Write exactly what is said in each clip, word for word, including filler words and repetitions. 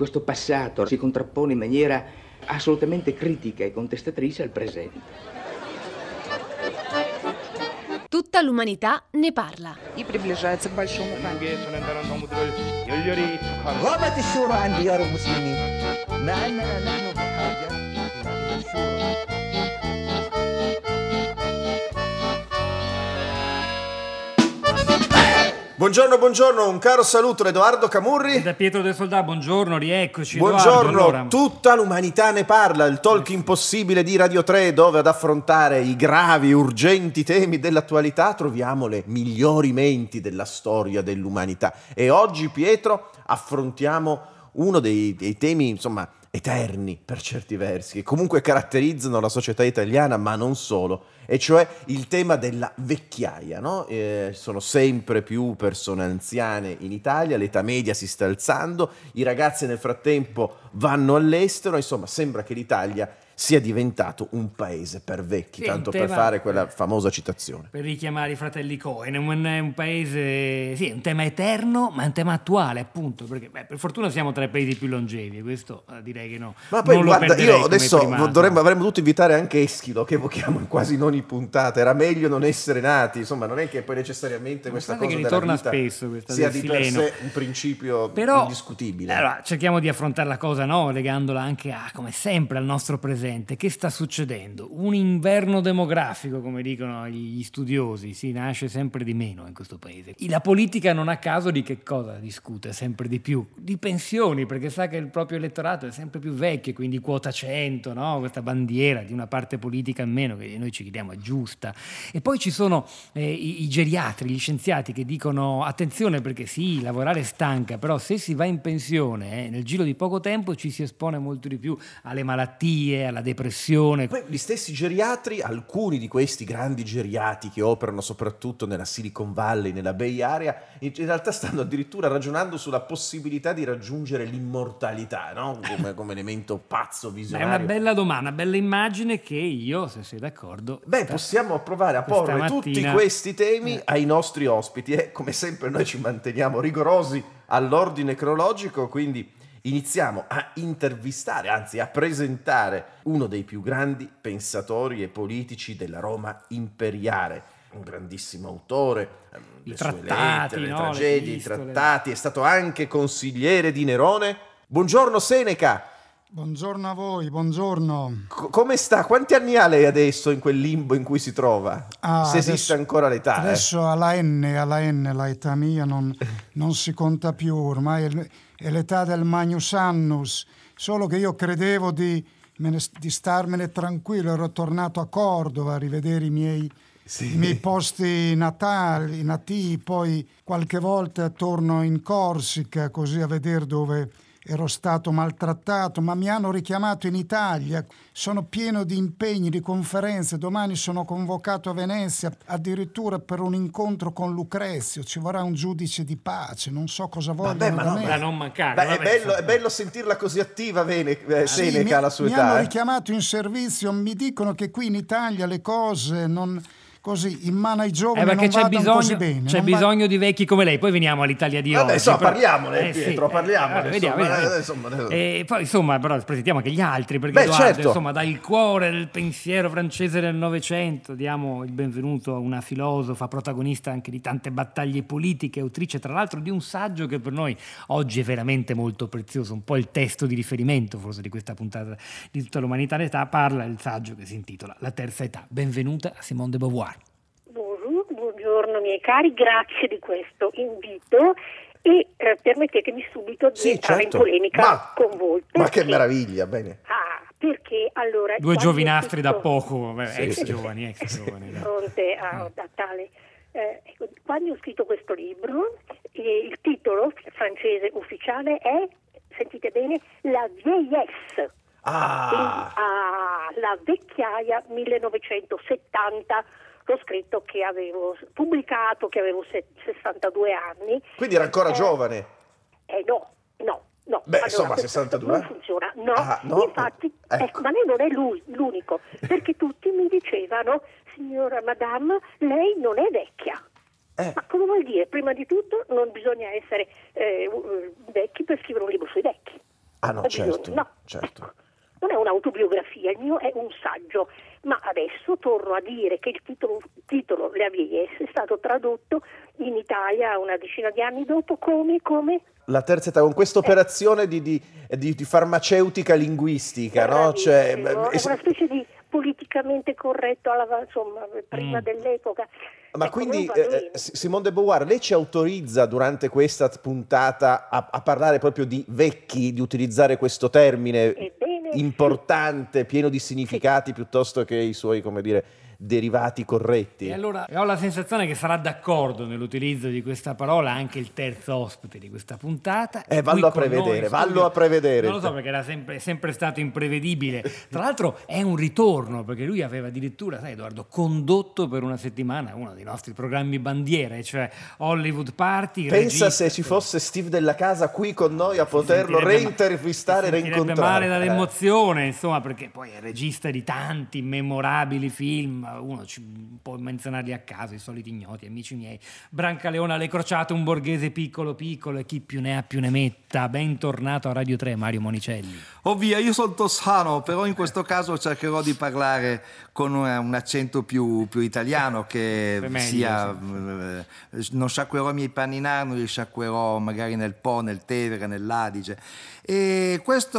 questo passato si contrappone in maniera assolutamente critica e contestatrice al presente. Tutta l'umanità ne parla. И приближается к большому камню. غابت الشورى عن ديار المسلمين مع أننا نحن بحاجة إلى الشورى. Buongiorno, buongiorno, un caro saluto da Edoardo Camurri. Da Pietro del Soldà, buongiorno, rieccoci. Buongiorno, Edoardo, allora. Tutta l'umanità ne parla, il talk impossibile di Radio tre, dove ad affrontare i gravi, urgenti temi dell'attualità troviamo le migliori menti della storia dell'umanità. E oggi, Pietro, affrontiamo uno dei, dei temi, insomma, eterni per certi versi, che comunque caratterizzano la società italiana, ma non solo, e cioè il tema della vecchiaia, no? Eh, sono sempre più persone anziane in Italia, l'età media si sta alzando, i ragazzi nel frattempo vanno all'estero, insomma sembra che l'Italia sia diventato un paese per vecchi, sì, tanto tema, per fare quella famosa citazione. Per richiamare i fratelli Cohen, è un, è un paese, sì, è un tema eterno, ma è un tema attuale, appunto, perché beh, per fortuna siamo tra i paesi più longevi, questo eh, direi che no. Ma poi non guarda, lo io adesso primato. dovremmo, avremmo dovuto invitare anche Eschilo, che evochiamo in quasi in ogni puntata, era meglio non essere nati, insomma non è che poi necessariamente questa cosa che della ritorna vita spesso, questa sia del di per sileno. sé un principio Però, indiscutibile. Allora, cerchiamo di affrontare la cosa, no? Legandola anche a, come sempre, al nostro presente. Che sta succedendo? Un inverno demografico, come dicono gli studiosi, si nasce sempre di meno in questo paese. La politica non a caso di che cosa discute sempre di più? Di pensioni, perché sa che il proprio elettorato è sempre più vecchio, quindi quota cento, no? Questa bandiera di una parte politica in meno che noi ci chiediamo è giusta. E poi ci sono eh, i, i geriatri, gli scienziati che dicono attenzione perché sì, lavorare stanca, però se si va in pensione eh, nel giro di poco tempo ci si espone molto di più alle malattie, alla depressione. Poi gli stessi geriatri, alcuni di questi grandi geriatri che operano soprattutto nella Silicon Valley, nella Bay Area, in realtà stanno addirittura ragionando sulla possibilità di raggiungere l'immortalità, no? Come, come elemento pazzo, visionario. È una bella domanda, una bella immagine che io, se sei d'accordo... Beh, possiamo provare a porre mattina... tutti questi temi ai nostri ospiti e come sempre noi ci manteniamo rigorosi all'ordine cronologico, quindi iniziamo a intervistare, anzi a presentare uno dei più grandi pensatori e politici della Roma imperiale, un grandissimo autore, I le trattati, sue lettere, le no? tragedie, le i trattati, è stato anche consigliere di Nerone. Buongiorno Seneca! Buongiorno a voi, buongiorno. C- come sta? Quanti anni ha lei adesso in quel limbo in cui si trova? Ah, Se esiste adesso, ancora l'età. Adesso eh. alla N, alla N, l'età mia non, non si conta più, ormai è, è l'età del Magnus Annus, solo che io credevo di, me ne, di starmene tranquillo, ero tornato a Cordova a rivedere i miei, sì. i miei posti natali, nativi, poi qualche volta torno in Corsica così a vedere dove... ero stato maltrattato, ma mi hanno richiamato in Italia, sono pieno di impegni, di conferenze, domani sono convocato a Venezia addirittura per un incontro con Lucrezio, ci vorrà un giudice di pace, non so cosa vogliono Vabbè, ma da no, me. Da non mancare. Beh, vabbè, è, bello, è bello sentirla così attiva, Vene, eh, Sì, Seneca, mi, alla sua mi età. hanno eh. richiamato in servizio, mi dicono che qui in Italia le cose non... così in mano ai giovani eh perché non c'è vadano bisogno, così bene. c'è non bisogno va... di vecchi come lei. Poi veniamo all'Italia di Vabbè, oggi. insomma, però... parliamone, eh, Pietro, sì, parliamone. Eh, vediamo, insomma, vediamo. eh, insomma, eh. E poi insomma, però aspettiamo anche gli altri, perché Beh, Edoardo, certo. insomma, dal cuore del pensiero francese del Novecento diamo il benvenuto a una filosofa, protagonista anche di tante battaglie politiche, autrice tra l'altro di un saggio che per noi oggi è veramente molto prezioso, un po' il testo di riferimento forse di questa puntata di Tutta l'umanità ne parla, il saggio che si intitola La terza età. Benvenuta a Simone de Beauvoir. Buongiorno miei cari, grazie di questo invito e eh, permettetemi subito di sì, entrare certo. in polemica ma, con voi. Perché, ma che meraviglia, bene. Ah, perché allora... Due giovinastri scritto, da poco, beh, sì, ex sì. giovani, ex giovani. Di fronte a, a tale... Eh, ecco, quando ho scritto questo libro, eh, il titolo francese ufficiale è, sentite bene, La vieillesse. Ah. Quindi, ah, la vecchiaia millenovecentosettanta. L'ho scritto che avevo pubblicato che avevo sessantadue anni. Quindi era ancora eh, giovane? Eh no, no, no. Beh, allora, insomma, sessantadue non funziona. No, ah, no? infatti, ecco. ecco, ma lei non è lui, l'unico, perché tutti mi dicevano, signora Madame, lei non è vecchia. Eh. Ma cosa vuol dire? Prima di tutto non bisogna essere eh, vecchi per scrivere un libro sui vecchi. Ah no, certo, no. certo. Non è un'autobiografia, il mio è un saggio, ma adesso torno a dire che il titolo, titolo La vieillesse è stato tradotto in Italia una decina di anni dopo come... come La terza età, con questa operazione eh. di, di, di, di farmaceutica linguistica, no? Cioè, è una specie di politicamente corretto alla, insomma, prima mm. dell'epoca. Ma ecco, quindi eh, Simone de Beauvoir, lei ci autorizza durante questa puntata a, a parlare proprio di vecchi, di utilizzare questo termine Ebbene, importante, sì. pieno di significati, sì. piuttosto che i suoi, come dire, derivati corretti. E allora ho la sensazione che sarà d'accordo nell'utilizzo di questa parola anche il terzo ospite di questa puntata. Eh, vallo a prevedere, vallo a prevedere. Non lo so, perché era sempre, sempre stato imprevedibile. Tra l'altro è un ritorno, perché lui aveva addirittura, sai Edoardo, condotto per una settimana uno dei nostri programmi bandiere, cioè Hollywood Party. Pensa regista, se ci fosse Steve Della Casa qui con noi a poterlo reintervistare e reincontrare. male dall'emozione, insomma, perché poi è regista di tanti memorabili film. Uno ci può menzionarli a caso, i soliti ignoti, amici miei. Brancaleone alle crociate, un borghese piccolo piccolo e chi più ne ha più ne metta. Bentornato a Radio tre, Mario Monicelli. Oh via, io sono toscano, però in questo caso cercherò di parlare con un accento più, più italiano, che meglio, sia sì. Non sciacquerò i miei panni in arno, li sciacquerò magari nel Po, nel Tevere, nell'Adige. E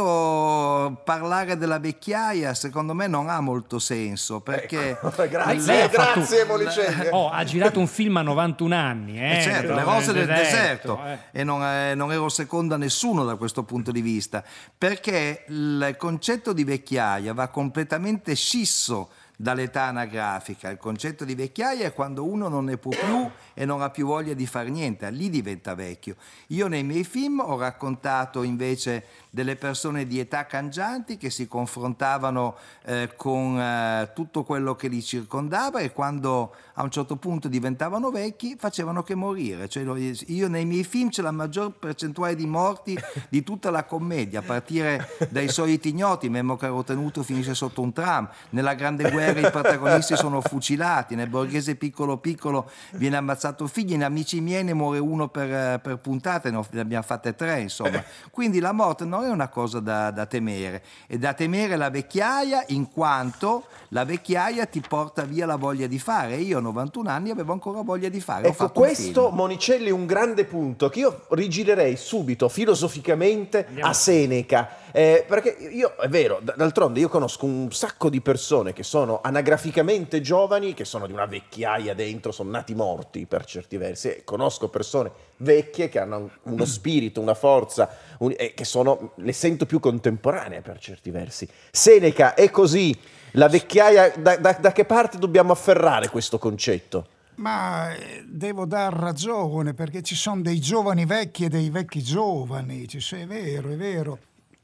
questo parlare della vecchiaia secondo me non ha molto senso, perché ecco, grazie, grazie fatto, Monicelli. Oh, ha girato un film a novantuno anni, eh, eh certo, Le rose del deserto, deserto eh. e non, eh, non ero secondo a nessuno da questo punto di vista, perché il concetto di vecchiaia va completamente scisso dall'età anagrafica. Il concetto di vecchiaia è quando uno non ne può più e non ha più voglia di fare niente, lì diventa vecchio. Io nei miei film ho raccontato invece delle persone di età cangianti che si confrontavano eh, con eh, tutto quello che li circondava, e quando a un certo punto diventavano vecchi facevano che morire. Cioè, io nei miei film c'è la maggior percentuale di morti di tutta la commedia, a partire dai Soliti Ignoti, Memmo Carotenuto finisce sotto un tram, nella Grande Guerra i protagonisti sono fucilati, nel Borghese piccolo piccolo viene ammazzato il figlio, in Amici miei ne muore uno per, per puntata, ne abbiamo fatte tre, insomma. Quindi la morte non è una cosa da, da temere, è da temere la vecchiaia, in quanto la vecchiaia ti porta via la voglia di fare. Io a novantuno anni avevo ancora voglia di fare. Ecco, questo Monicelli è un grande punto che io rigirerei subito filosoficamente Andiamo. a Seneca, eh, perché io, è vero, d'altronde io conosco un sacco di persone che sono anagraficamente giovani, che sono di una vecchiaia dentro, sono nati morti per certi versi, e conosco persone vecchie che hanno uno spirito, una forza, un, e che sono, le sento più contemporanee per certi versi. Seneca è così, la vecchiaia, da, da, da che parte dobbiamo afferrare questo concetto? Ma devo dar ragione, perché ci sono dei giovani vecchi e dei vecchi giovani, cioè, è vero, è vero.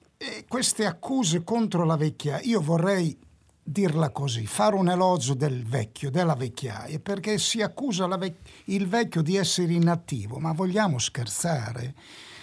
E queste accuse contro la vecchiaia, io vorrei dirla così, fare un elogio del vecchio, della vecchiaia, perché si accusa la vec- il vecchio di essere inattivo, ma vogliamo scherzare?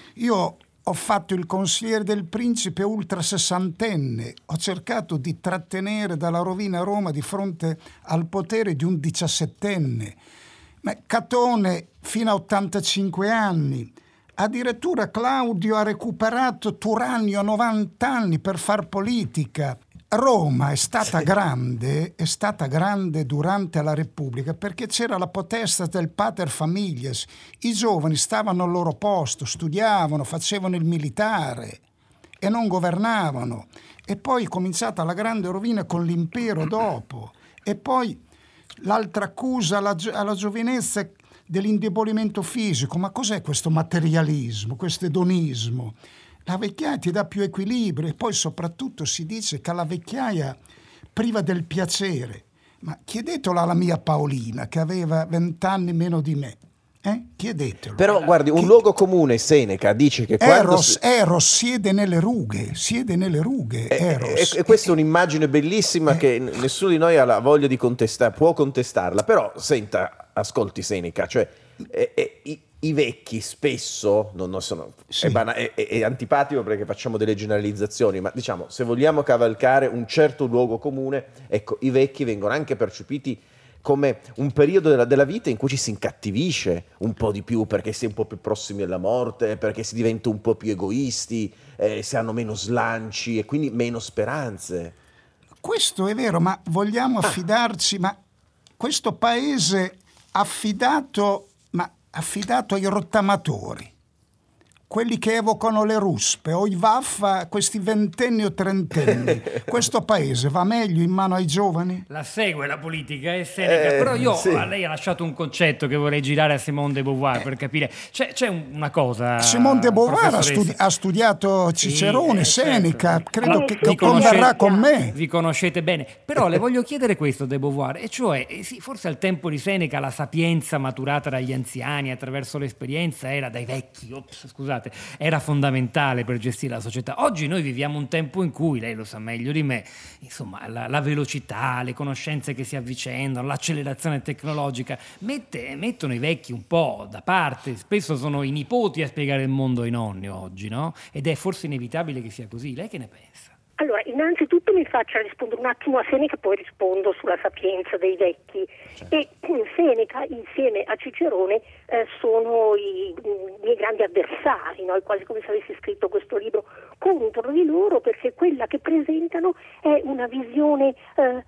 Io ho fatto il consigliere del principe ultra sessantenne, ho cercato di trattenere dalla rovina Roma di fronte al potere di un diciassettenne, ma Catone fino a ottantacinque anni. Addirittura Claudio ha recuperato Turannio a novanta anni per far politica. Roma è stata grande, è stata grande durante la Repubblica perché c'era la potestà del pater familias. I giovani stavano al loro posto, studiavano, facevano il militare e non governavano. E poi è cominciata la grande rovina con l'impero dopo. E poi l'altra accusa alla, gio- alla giovinezza dell'indebolimento fisico. Ma cos'è questo materialismo, questo edonismo? La vecchiaia ti dà più equilibrio, e poi soprattutto si dice che la vecchiaia priva del piacere. Ma chiedetelo alla mia Paolina, che aveva vent'anni meno di me. Eh? Chiedetelo. Però guardi, un Chied... luogo comune, Seneca, dice che quando... Eros, Eros siede nelle rughe, siede nelle rughe, Eros. E, e questa è un'immagine bellissima eh. che nessuno di noi ha la voglia di contestare, può contestarla. Però, senta, ascolti Seneca, cioè... Eh, eh, i, I vecchi spesso non, non sono, sì. è, bana, è, è antipatico perché facciamo delle generalizzazioni, ma diciamo, se vogliamo cavalcare un certo luogo comune, ecco, i vecchi vengono anche percepiti come un periodo della, della vita in cui ci si incattivisce un po' di più perché si è un po' più prossimi alla morte, perché si diventa un po' più egoisti, eh, si hanno meno slanci e quindi meno speranze. Questo è vero, ma vogliamo affidarci, ma questo paese affidato, ma affidato ai rottamatori, quelli che evocano le ruspe o i vaffa, questi ventenni o trentenni, questo paese va meglio in mano ai giovani? La segue la politica, è Seneca, Eh, però io sì. a lei ha lasciato un concetto che vorrei girare a Simone de Beauvoir per capire. C'è, c'è un- una cosa. Simone de Beauvoir ha, professoressa. studi- ha studiato Cicerone, Sì, eh, Seneca, certo. credo Allora, che, vi che converrà conoscete- con me. Vi conoscete bene, però le voglio chiedere questo de Beauvoir, e cioè, eh, sì, forse al tempo di Seneca la sapienza maturata dagli anziani attraverso l'esperienza era dai vecchi, ops, scusate, era fondamentale per gestire la società. Oggi noi viviamo un tempo in cui, lei lo sa meglio di me, insomma, la, la velocità, le conoscenze che si avvicendano, l'accelerazione tecnologica mette- mettono i vecchi un po' da parte. Spesso sono i nipoti a spiegare il mondo ai nonni oggi, no? Ed è forse inevitabile che sia così. Lei che ne pensa? Allora, innanzitutto mi faccia rispondere un attimo a Seneca, poi rispondo sulla sapienza dei vecchi. E Seneca, insieme a Cicerone, eh, sono i, i miei grandi avversari, no? È quasi come se avessi scritto questo libro contro di loro, perché quella che presentano è una visione eh,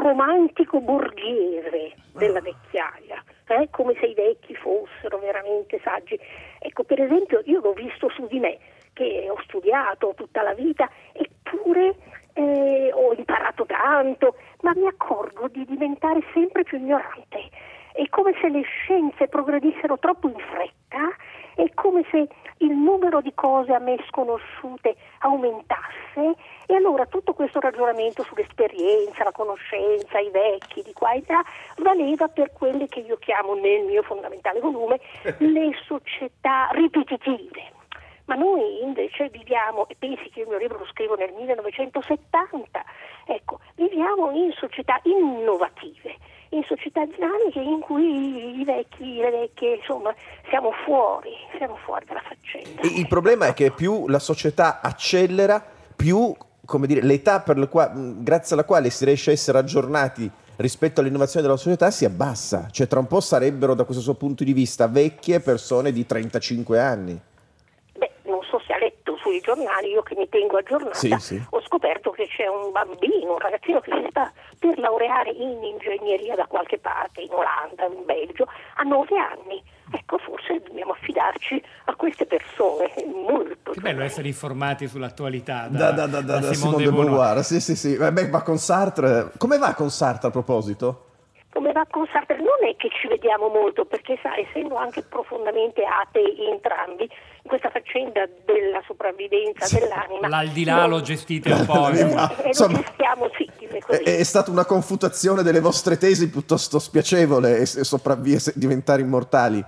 romantico-borghese della vecchiaia, eh? Come se i vecchi fossero veramente saggi. Ecco, per esempio, io l'ho visto su di me, che ho studiato tutta la vita, eppure eh, ho imparato tanto, ma mi accorgo di diventare sempre più ignorante. È come se le scienze progredissero troppo in fretta, è come se il numero di cose a me sconosciute aumentasse, e allora tutto questo ragionamento sull'esperienza, la conoscenza, i vecchi di qua e là, valeva per quelle che io chiamo nel mio fondamentale volume le società ripetitive. Ma noi invece viviamo, e pensi che il mio libro lo scrivo nel millenovecentosettanta, ecco, viviamo in società innovative, in società dinamiche in cui i vecchi, le vecchie, insomma, siamo fuori, siamo fuori dalla faccenda. E il problema è che più la società accelera, più, come dire, l'età per la qua- grazie alla quale si riesce a essere aggiornati rispetto all'innovazione della società si abbassa. Cioè tra un po' sarebbero, da questo suo punto di vista, vecchie persone di trentacinque anni. Beh, non so se ha letto sui giornali, io che mi tengo aggiornata, Sì, sì. ho scoperto che c'è un bambino, un ragazzino che si sta per laureare in ingegneria da qualche parte, in Olanda, in Belgio, a nove anni. Ecco, forse dobbiamo affidarci a queste persone, è molto. Che bello essere informati sull'attualità Da, da, da, da, da, da Simone de Beauvoir, sì, sì, sì. Beh, ma con Sartre, come va con Sartre a proposito? Come va con Sartre? Non è che ci vediamo molto, perché sa, essendo anche profondamente atei entrambi, in questa faccenda della sopravvivenza Sì. dell'anima, L'aldilà non- lo gestite un po'. Eh, insomma. ma, e insomma, non stiamo zitti così. È, è stata una confutazione delle vostre tesi piuttosto spiacevole e, e sopravvi- se- diventare immortali.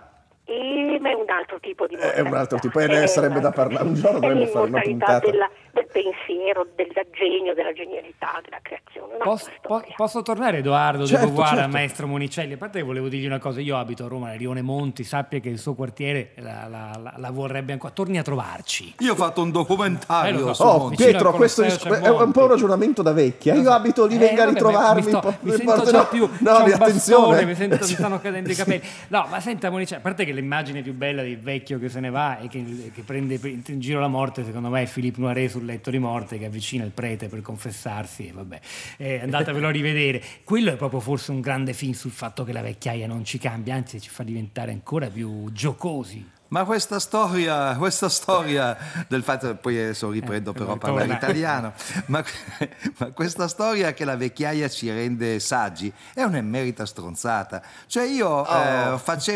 E, ma è un altro tipo di È un altro mortalità. tipo, e ne È sarebbe un da altro parlare. Un tipo. giorno È dovremmo fare una l'immortalità puntata. della- del pensiero, del genio, della genialità, della creazione. Un'altra Posso, po- storia. posso tornare, Edoardo Certo, de Beauvoir, certo. al maestro Monicelli? A parte che volevo dirgli una cosa, io abito a Roma, nel Rione Monti, sappia che il suo quartiere la, la- la- la vorrebbe ancora. Torni a trovarci. Io ho fatto un documentario Eh, lo so. su Oh, Monti. vicino Pietro, al questo Colosseo dis- è un po' un Cermonti. ragionamento da vecchia. Io abito lì, Eh, venga a vabbè, ritrovarmi. mi, sto, po- mi mi sento porto- già no, più no, c'ho di un bastone, attenzione. mi, sento, mi stanno cadendo i Sì. capelli. No, ma senta Monicelli, a parte che l'immagine più bella del vecchio che se ne va e che, che prende in giro la morte, secondo me è Philippe Noiret sul letto di morte che avvicina il prete per confessarsi e vabbè, eh, andatevelo a rivedere. Quello è proprio forse un grande film sul fatto che la vecchiaia non ci cambia, anzi ci fa diventare ancora più giocosi. Ma questa storia, questa storia del fatto, poi adesso riprendo Eh, però a torna. parlare italiano, ma, ma questa storia che la vecchiaia ci rende saggi è un'emmerita stronzata. Cioè io eh,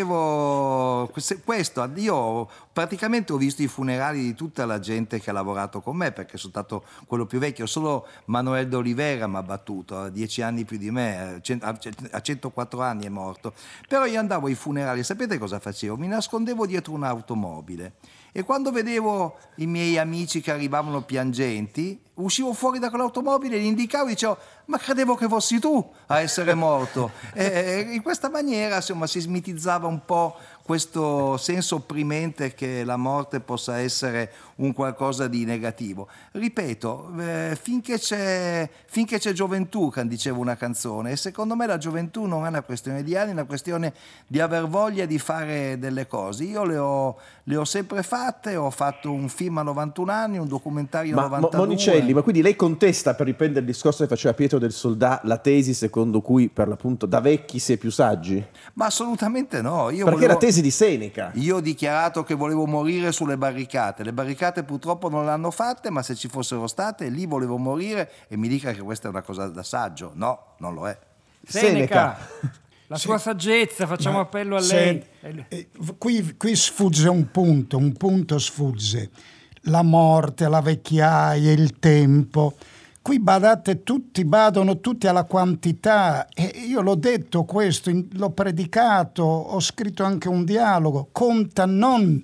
facevo se- questo, io praticamente ho visto i funerali di tutta la gente che ha lavorato con me, perché sono stato quello più vecchio, solo Manuel d'Olivera mi ha battuto, ha dieci anni più di me, a centoquattro anni è morto. Però io andavo ai funerali, sapete cosa facevo? Mi nascondevo dietro un un'automobile e quando vedevo i miei amici che arrivavano piangenti uscivo fuori da quell'automobile, li indicavo e dicevo ma credevo che fossi tu a essere morto. E in questa maniera insomma si smitizzava un po' questo senso opprimente che la morte possa essere un qualcosa di negativo. Ripeto, eh, finché c'è, finché c'è gioventù, diceva una canzone, e secondo me la gioventù non è una questione di anni, è una questione di aver voglia di fare delle cose. Io le ho, le ho sempre fatte, ho fatto un film a novantuno anni, un documentario a ma, novantadue. Monicelli, ma quindi lei contesta, per riprendere il discorso che faceva Pietro del Soldà, la tesi secondo cui per l'appunto da vecchi si è più saggi? Ma assolutamente no. Io Perché volevo... la tesi di Seneca. Io ho dichiarato che volevo morire sulle barricate. Le barricate purtroppo non le hanno fatte, ma se ci fossero state, lì volevo morire, e mi dica che questa è una cosa da saggio. No, non lo è. Seneca, Seneca. la sua saggezza, facciamo Ma appello a se- lei. eh, qui, qui sfugge un punto, un punto sfugge. La morte, la vecchiaia, il tempo. Qui badate tutti, badano tutti alla quantità, e io l'ho detto questo, in- l'ho predicato, ho scritto anche un dialogo. Conta non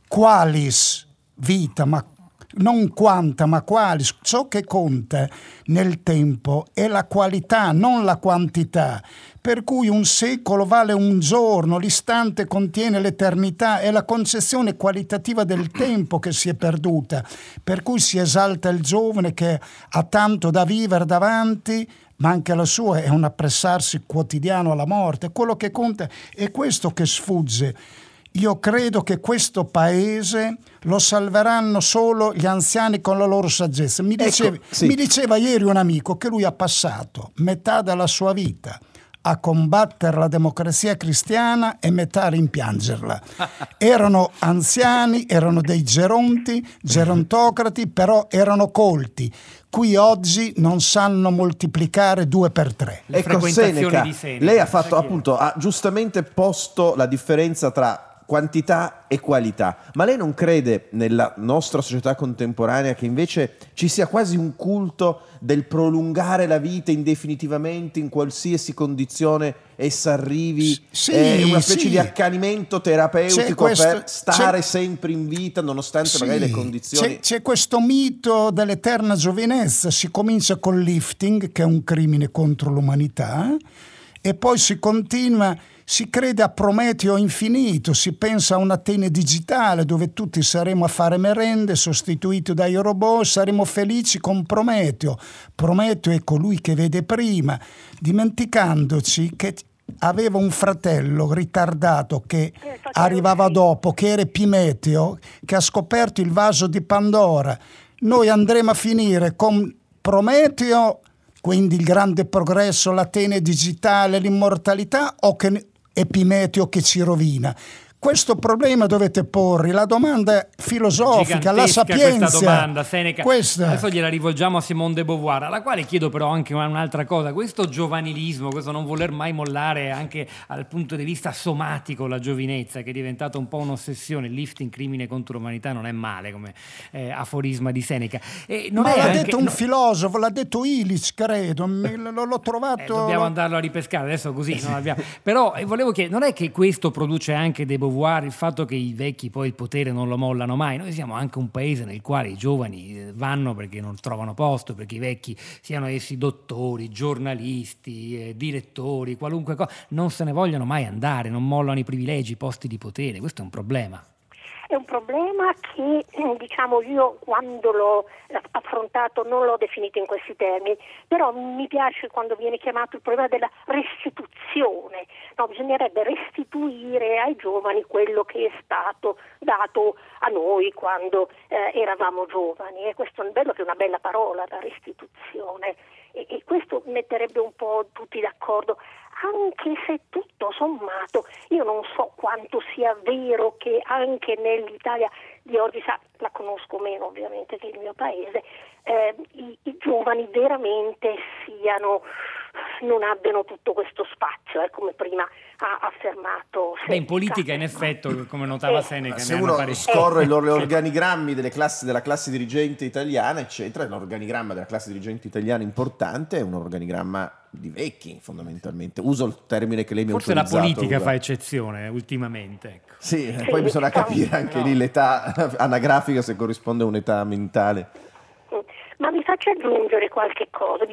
qualis vita, ma non quanta, ma quali. Ciò che conta nel tempo è la qualità, non la quantità. Per cui un secolo vale un giorno, l'istante contiene l'eternità, è la concezione qualitativa del tempo che si è perduta. Per cui si esalta il giovane che ha tanto da vivere davanti, ma anche la sua è un appressarsi quotidiano alla morte. Quello che conta è questo che sfugge. Io credo che questo paese lo salveranno solo gli anziani con la loro saggezza. Mi diceva, Ecco, sì. mi diceva ieri un amico che lui ha passato metà della sua vita a combattere la democrazia cristiana e metà a rimpiangerla. Erano anziani, erano dei geronti, gerontocrati, però erano colti. Qui oggi non sanno moltiplicare due per tre. Le Ecco, frequentazioni Seneca, di Seneca. lei ha fatto Sai chi è? appunto, ha giustamente posto la differenza tra quantità e qualità, ma lei non crede nella nostra società contemporanea che invece ci sia quasi un culto del prolungare la vita indefinitivamente in qualsiasi condizione essa arrivi, Sì, è una specie sì. di accanimento terapeutico C'è questo- per stare c'è- sempre in vita nonostante Sì, magari le condizioni... C'è, c'è questo mito dell'eterna giovinezza, si comincia col lifting, che è un crimine contro l'umanità, e poi si continua, si crede a Prometeo infinito, si pensa a un'Atene digitale dove tutti saremo a fare merende, sostituiti dai robot, saremo felici con Prometeo. Prometeo è colui che vede prima, dimenticandoci che aveva un fratello ritardato che arrivava dopo, che era Epimeteo, che ha scoperto il vaso di Pandora. Noi andremo a finire con Prometeo, quindi il grande progresso, l'Atene digitale, l'immortalità, o che Epimeteo che ci rovina? Questo problema dovete porre, la domanda filosofica, la Gigantesca sapienza. questa domanda, Seneca. Questa. Adesso gliela rivolgiamo a Simone de Beauvoir, alla quale chiedo però anche un'altra cosa. Questo giovanilismo, questo non voler mai mollare anche dal punto di vista somatico la giovinezza, che è diventata un po' un'ossessione. Il lifting, crimine contro l'umanità, non è male come eh, aforisma di Seneca. E non Ma è l'ha anche- detto un no, filosofo, l'ha detto Illich, credo, me- l'ho, l'ho trovato... Eh, dobbiamo andarlo a ripescare adesso, così non abbiamo. Però eh, volevo chiedere, non è che questo produce anche De Beauvoir, il fatto che i vecchi poi il potere non lo mollano mai? Noi siamo anche un paese nel quale i giovani eh, vanno perché non trovano posto, perché i vecchi, siano essi dottori, giornalisti, eh, direttori, qualunque cosa, non se ne vogliono mai andare, non mollano i privilegi, i posti di potere. Questo è un problema. È un problema che, diciamo, io quando l'ho affrontato non l'ho definito in questi termini, però mi piace quando viene chiamato il problema della restituzione. No, bisognerebbe restituire ai giovani quello che è stato dato a noi quando eh, eravamo giovani. E questo è bello, che è una bella parola, la restituzione. E, e questo metterebbe un po' tutti d'accordo, anche se tutto sommato io non so quanto sia vero che anche nell'Italia di oggi, sa, la conosco meno ovviamente che il mio paese, eh, i, i giovani veramente siano, non abbiano tutto questo spazio, eh, come prima ha affermato Seneca. Beh, in politica in effetti, come notava Eh, Seneca, Se ne hanno uno parecchi. scorre gli organigrammi delle classi, della classe dirigente italiana, eccetera, l'organigramma della classe dirigente italiana importante è un organigramma di vecchi, fondamentalmente. Uso il termine che lei mi ha Forse la autorizzato. politica usa. fa eccezione ultimamente. Ecco. Sì, poi bisogna capire anche No. lì l'età anagrafica se corrisponde a un'età mentale. Ma mi faccio aggiungere qualche cosa.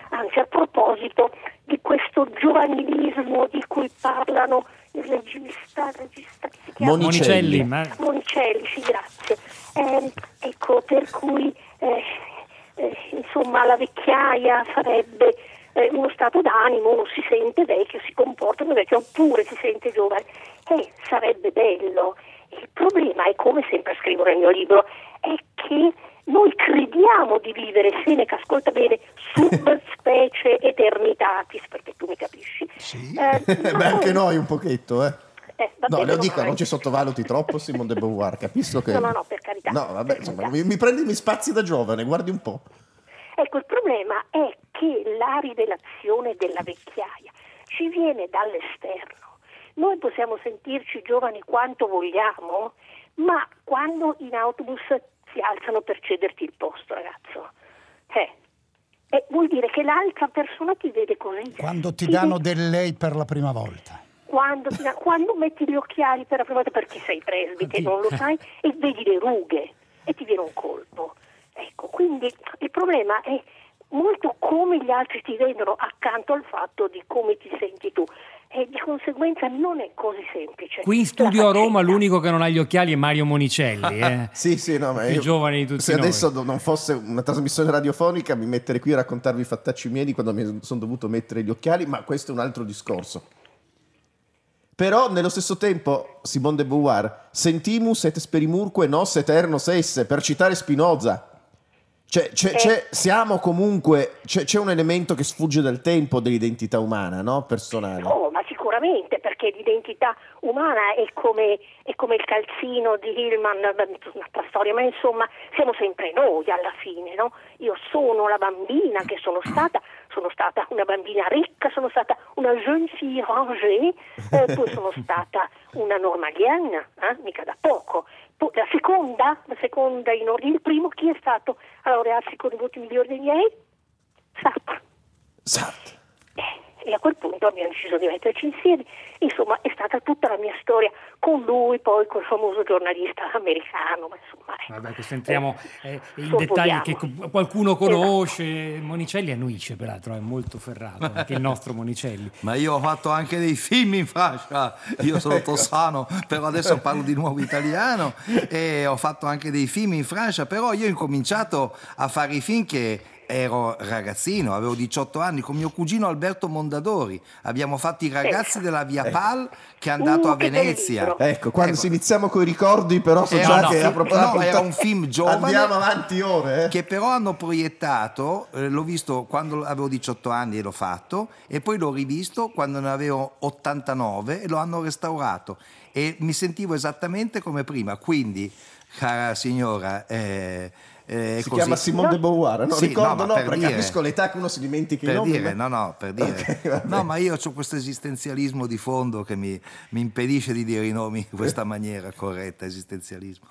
anzi a proposito di questo giovanilismo di cui parlano il regista, il regista che si chiama Monicelli. Monicelli, ma... Monicelli, sì, grazie. Eh, ecco, per cui eh, eh, insomma la vecchiaia sarebbe eh, uno stato d'animo, uno si sente vecchio, si comporta come vecchio, oppure si sente giovane. Eh, sarebbe bello. Il problema è, come sempre scrivo nel mio libro, è che noi crediamo di vivere, Seneca, ascolta bene, subspecie eternitatis, perché tu mi capisci. Sì, eh, beh, anche noi un pochetto, eh. Eh, va No, bene, le dico, vorrei. non ci sottovaluti troppo Simone de Beauvoir, capisco che... No, no, no, per carità. No, vabbè, Per insomma, carità. mi, mi prendi i miei spazi da giovane, guardi un po'. Ecco, il problema è che la rivelazione della vecchiaia ci viene dall'esterno. Noi possiamo sentirci giovani quanto vogliamo, ma quando in autobus si alzano per cederti il posto, ragazzo, eh, eh, vuol dire che l'altra persona ti vede così. Quando ti Ti danno vede- del lei per la prima volta. Quando, ti da- quando metti gli occhiali per la prima volta perché sei presbite e non lo sai e vedi le rughe e ti viene un colpo. Ecco, quindi il problema è molto come gli altri ti vedono accanto al fatto di come ti senti tu. E di conseguenza non è così semplice. Qui in studio La a Roma faccenda. l'unico che non ha gli occhiali è Mario Monicelli. Eh? Sì, sì, no, ma Più io- giovane di tutti se noi. adesso non fosse una trasmissione radiofonica mi metterei qui a raccontarvi i fattacci miei di quando mi sono dovuto mettere gli occhiali, ma questo è un altro discorso. Però nello stesso tempo, Simone de Beauvoir, sentimus et sperimurque nos eternos esse, per citare Spinoza. Cioè, c'è, Eh. c'è- siamo comunque, c'è, c'è un elemento che sfugge dal tempo dell'identità umana, no? Personale. No, ma sicuramente, perché l'identità umana è come, è come il calzino di Hillman, un'altra storia, ma insomma siamo sempre noi alla fine, no? Io sono la bambina che sono stata, sono stata una bambina ricca, sono stata una jeune fille rangée, eh, poi sono stata una normalienne, eh? Mica da poco. Poi la seconda, la seconda in ordine, il primo, chi è stato a laurearsi con i voti migliori dei miei? Sartre. Sartre. Eh, E a quel punto abbiamo deciso di metterci insieme. Insomma, è stata tutta la mia storia con lui, poi col famoso giornalista americano. Ma insomma, ecco. Vabbè, questo entriamo eh, in sorvoliamo. dettagli che co- qualcuno conosce. Monicelli annuisce, peraltro, è molto ferrato, anche il nostro Monicelli. Ma io ho fatto anche dei film in fascia, io sono toscano, però adesso parlo di nuovo italiano e ho fatto anche dei film in Francia, però io ho incominciato a fare i film che ero ragazzino, avevo diciotto anni, con mio cugino Alberto Mondadori. Abbiamo fatto I ragazzi della Via Pal, che è andato Uh, a che bel Venezia. libro. Ecco, quando Ecco. si iniziamo con i ricordi, però so Eh, già no, che no, a proposito no, era un film giovane. Andiamo avanti ore, eh. Che però hanno proiettato, eh, l'ho visto quando avevo diciotto anni e l'ho fatto, e poi l'ho rivisto quando ne avevo ottantanove e lo hanno restaurato e mi sentivo esattamente come prima. Quindi, cara signora, eh, eh, Si così. chiama Simone de Beauvoir, no? Sì, Ricordo, no, no, ma per perché dire- capisco l'età che uno si dimentica i per nomi. dire, ma- no, no, per dire. Ok, vabbè. No, ma io ho questo esistenzialismo di fondo che mi, mi impedisce di dire i nomi in questa maniera corretta, esistenzialismo.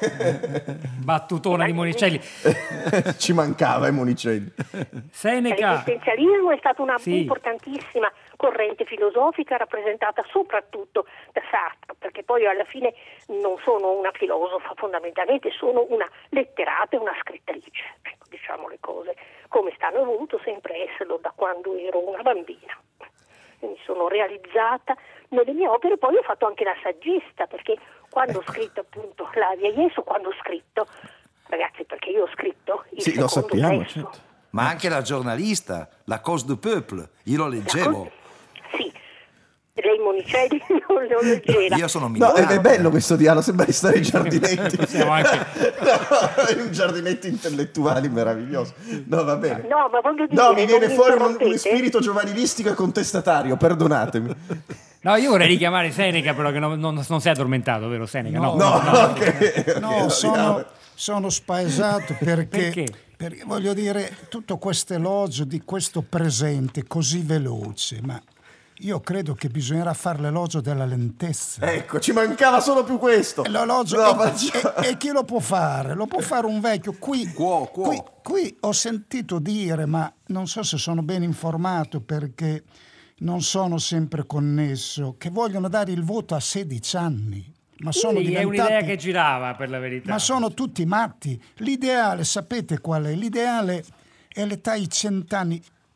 Battutona di Monicelli. Ci mancava, eh, Monicelli. Seneca. L'esistenzialismo è stata una Sì. importantissima corrente filosofica rappresentata soprattutto da Sartre, perché poi alla fine non sono una filosofa, fondamentalmente sono una letterata e una scrittrice, ecco, diciamo le cose come stanno, ho voluto sempre esserlo da quando ero una bambina. Mi sono realizzata nelle mie opere, poi ho fatto anche la saggista, perché quando ho scritto appunto la Via Ieso, quando ho scritto, ragazzi, perché io ho scritto il Sì, lo secondo sappiamo, testo. certo. Ma anche la giornalista, la Cause du Peuple, io lo leggevo. Sì, lei Monicelli non lo leggeva. Io sono No, militante. è, è bello questo dialogo, sembra di stare ai giardinetti. Possiamo anche- No, un giardinetti intellettuali meraviglioso. No, va bene. No, ma voglio dire, No, mi viene non fuori un, interrompete? uno spirito giovanilistico e contestatario, perdonatemi. No, io vorrei richiamare Seneca, però che non, non, non sei addormentato, vero Seneca? No, No, ok. ok, No, no, sono, sono spaesato perché, Perché? perché voglio dire, tutto questo elogio di questo presente così veloce, ma io credo che bisognerà fare l'elogio della lentezza. Ecco, ci mancava solo più questo. L'elogio No, e, facciamo- e- e chi lo può fare? Lo può fare un vecchio. Qui, Quo, quo. qui, qui ho sentito dire, ma non so se sono ben informato perché non sono sempre connesso, che vogliono dare il voto a sedici anni. Ma sono Sì, è diventati... un'idea che girava, per la verità. Ma sono tutti matti. L'ideale, sapete qual è? L'ideale è l'età ai cent'anni.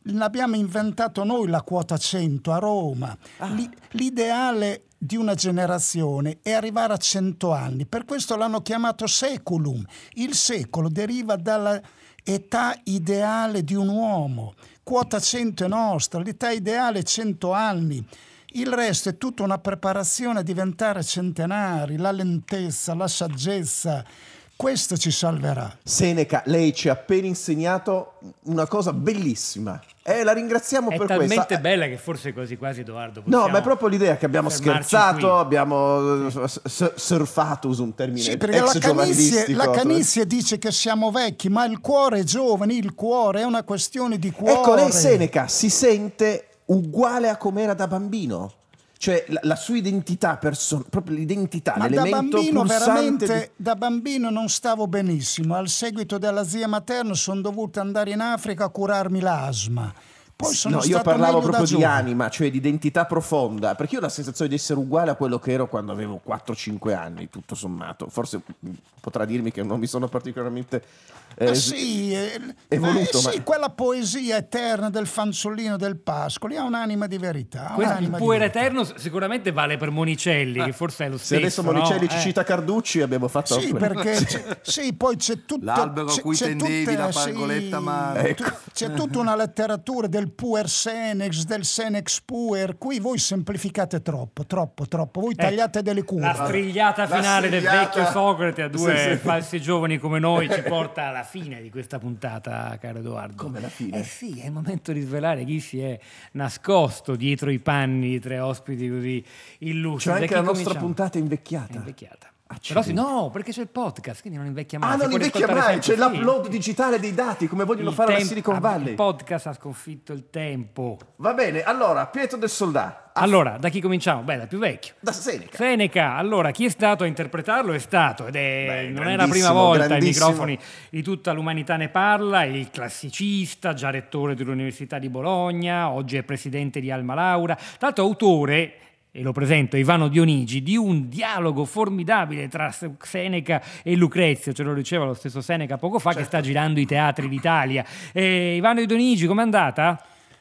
l'abbiamo inventato noi la quota cento a Roma. Ah. L'i- l'ideale di una generazione è arrivare a cento anni, per questo l'hanno chiamato seculum. Il secolo deriva dalla età ideale di un uomo. Quota cento è nostra, l'età ideale è cento anni. Il resto è tutta una preparazione a diventare centenari, la lentezza, la saggezza. Questo ci salverà. Seneca, lei ci ha appena insegnato una cosa bellissima. E la ringraziamo È per talmente questa. bella che forse quasi quasi, Edoardo, No, possiamo ma è proprio l'idea che abbiamo fermarci scherzato, qui. abbiamo eh, s- surfato, uso un termine Sì, perché la ex Canizie, giovanilistico. la Canizie dice che siamo vecchi, ma il cuore è giovane, il cuore è una questione di cuore. Ecco, lei Seneca si sente uguale a com'era da bambino? Cioè la, la sua identità, person- proprio l'identità, Ma da l'elemento bambino, pulsante veramente, di- da bambino non stavo benissimo. Al seguito della zia materna sono dovuto andare in Africa a curarmi l'asma. Poi sono No, io stato parlavo meglio da proprio di giovane. anima, cioè di identità profonda, perché io ho la sensazione di essere uguale a quello che ero quando avevo quattro cinque anni, tutto sommato. Forse mh, potrà dirmi che non mi sono particolarmente eh, Ah, sì, eh, evoluto, eh, sì, ma- quella poesia eterna del fanciullino del Pascoli ha un'anima di verità. ha Questo, il un'anima di puer verità. eterno sicuramente vale per Monicelli, che forse è lo stesso. Se adesso Monicelli no? ci Eh. cita Carducci abbiamo fatto Sì, perché c'è, sì, poi c'è tutto L'albero a c'è- cui c'è tendevi, tutte- la sì, pargoletta a mano. tu- c'è tutta una letteratura del puer senex, del senex puer. Qui voi semplificate troppo, troppo, troppo. Voi tagliate delle curve. La strigliata La finale del strigliata. vecchio Socrate a due Sì, sì. falsi giovani come noi ci porta alla fine di questa puntata, caro Edoardo. Come la fine? Eh sì, è il momento di svelare chi si è nascosto dietro i panni di tre ospiti così illustri. Cioè Da anche chi la nostra cominciamo? puntata è invecchiata. È invecchiata. Accidenti. Però sì, no, perché c'è il podcast, quindi non invecchia mai. Ah, si non può invecchia riascoltare mai, c'è sempre. Sì. l'upload digitale dei dati, come vogliono Il fare la tempo- Silicon ah, Valley. Il podcast ha sconfitto il tempo. Va bene, allora, Pietro del Soldà. Allora, da chi cominciamo? Beh, da più vecchio. Da Seneca. Seneca, allora chi è stato a interpretarlo è stato, ed è, Beh, non è la prima grandissimo, volta, ai grandissimo. microfoni di Tutta l'Umanità ne parla, il classicista, già rettore dell'Università di Bologna, oggi è presidente di Alma Laura, tra l'altro autore, e lo presento, Ivano Dionigi, di un dialogo formidabile tra Seneca e Lucrezio, ce lo diceva lo stesso Seneca poco fa, che sta girando i teatri d'Italia. Eh, Ivano Dionigi, com'è andata?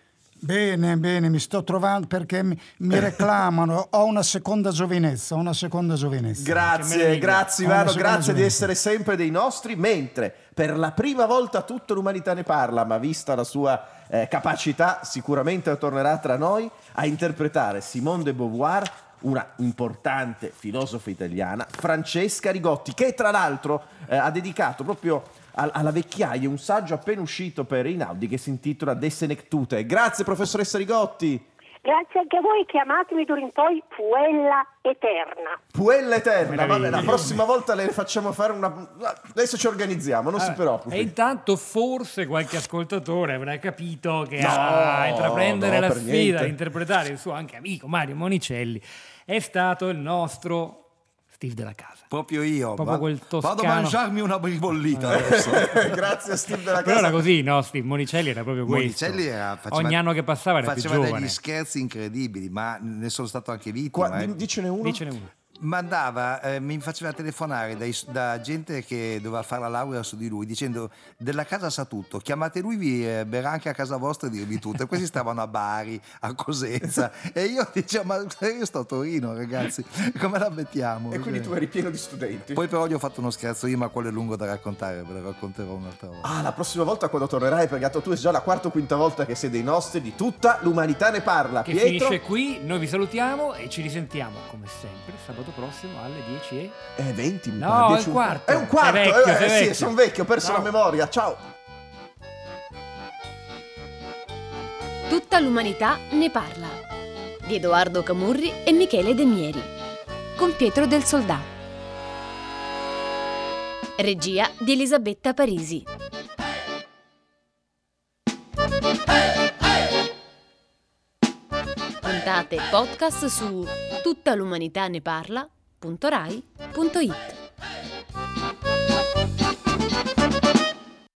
Bene, bene, mi sto trovando perché mi, mi reclamano. Ho una seconda giovinezza, ho una seconda giovinezza. Che Grazie, meraviglia. grazie Ho una Ivano, seconda grazie di giovinezza. essere sempre dei nostri, mentre per la prima volta Tutta l'Umanità ne parla, ma vista la sua eh, capacità sicuramente tornerà tra noi a interpretare Simone de Beauvoir, una importante filosofa italiana, Francesca Rigotti, che tra l'altro eh, ha dedicato proprio al- alla vecchiaia un saggio appena uscito per Einaudi che si intitola De Senectute. Grazie professoressa Rigotti. Grazie anche a voi, chiamatemi d'ora in poi Puella Eterna. Puella eterna, Meraviglia. vabbè, la prossima volta le facciamo fare una... Adesso ci organizziamo, non si preoccupi. E intanto forse qualche ascoltatore avrà capito che No, a intraprendere no, la per sfida niente. di interpretare il suo anche amico Mario Monicelli è stato il nostro Steve della casa. Proprio io. Proprio Va- quel Vado a toscano. mangiarmi una bribollita adesso. Grazie a Steve della Però casa. era così, no? Steve Monicelli era proprio questo. Monicelli era, faceva, Ogni anno che passava era più faceva giovane. degli scherzi incredibili, ma ne sono stato anche vittima. Qua, eh. di- dicene uno. Dicene uno. Mandava, eh, mi faceva telefonare dai- da gente che doveva fare la laurea su di lui dicendo: della casa sa tutto, chiamate lui, vi eh, verrà anche a casa vostra e dirvi tutto. E questi stavano a Bari, a Cosenza, e io dicevo: ma io sto a Torino, ragazzi, come la mettiamo? E quindi tu eri pieno di studenti. Poi però gli ho fatto uno scherzo io, ma quello è lungo da raccontare, ve lo racconterò un'altra volta. Ah, la prossima volta quando tornerai, perché tu è già la quarta o quinta volta che sei dei nostri, di Tutta l'Umanità ne parla. Che Pietro? finisce qui, noi vi salutiamo e ci risentiamo come sempre sabato prossimo alle dieci e... Eh, venti, mi No, pare, è dieci, un un- quarto. È un quarto, Sei vecchio, eh, sei sì, vecchio. sono vecchio, ho perso Ciao. la memoria. Ciao. Tutta l'umanità ne parla. Di Edoardo Camurri e Michele De Mieri. Con Pietro del Soldà. Regia di Elisabetta Parisi. Puntate e podcast su tuttalumanitaneparla punto rai punto it.